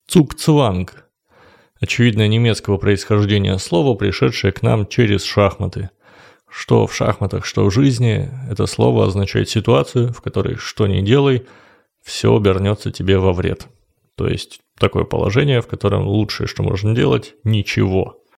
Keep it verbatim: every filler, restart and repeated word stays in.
Цугцванг. Очевидно, немецкого происхождения слово, пришедшее к нам через шахматы. Что в шахматах, что в жизни, это слово означает ситуацию, в которой что ни делай, все обернется тебе во вред. То есть такое положение, в котором лучшее, что можно делать, ничего.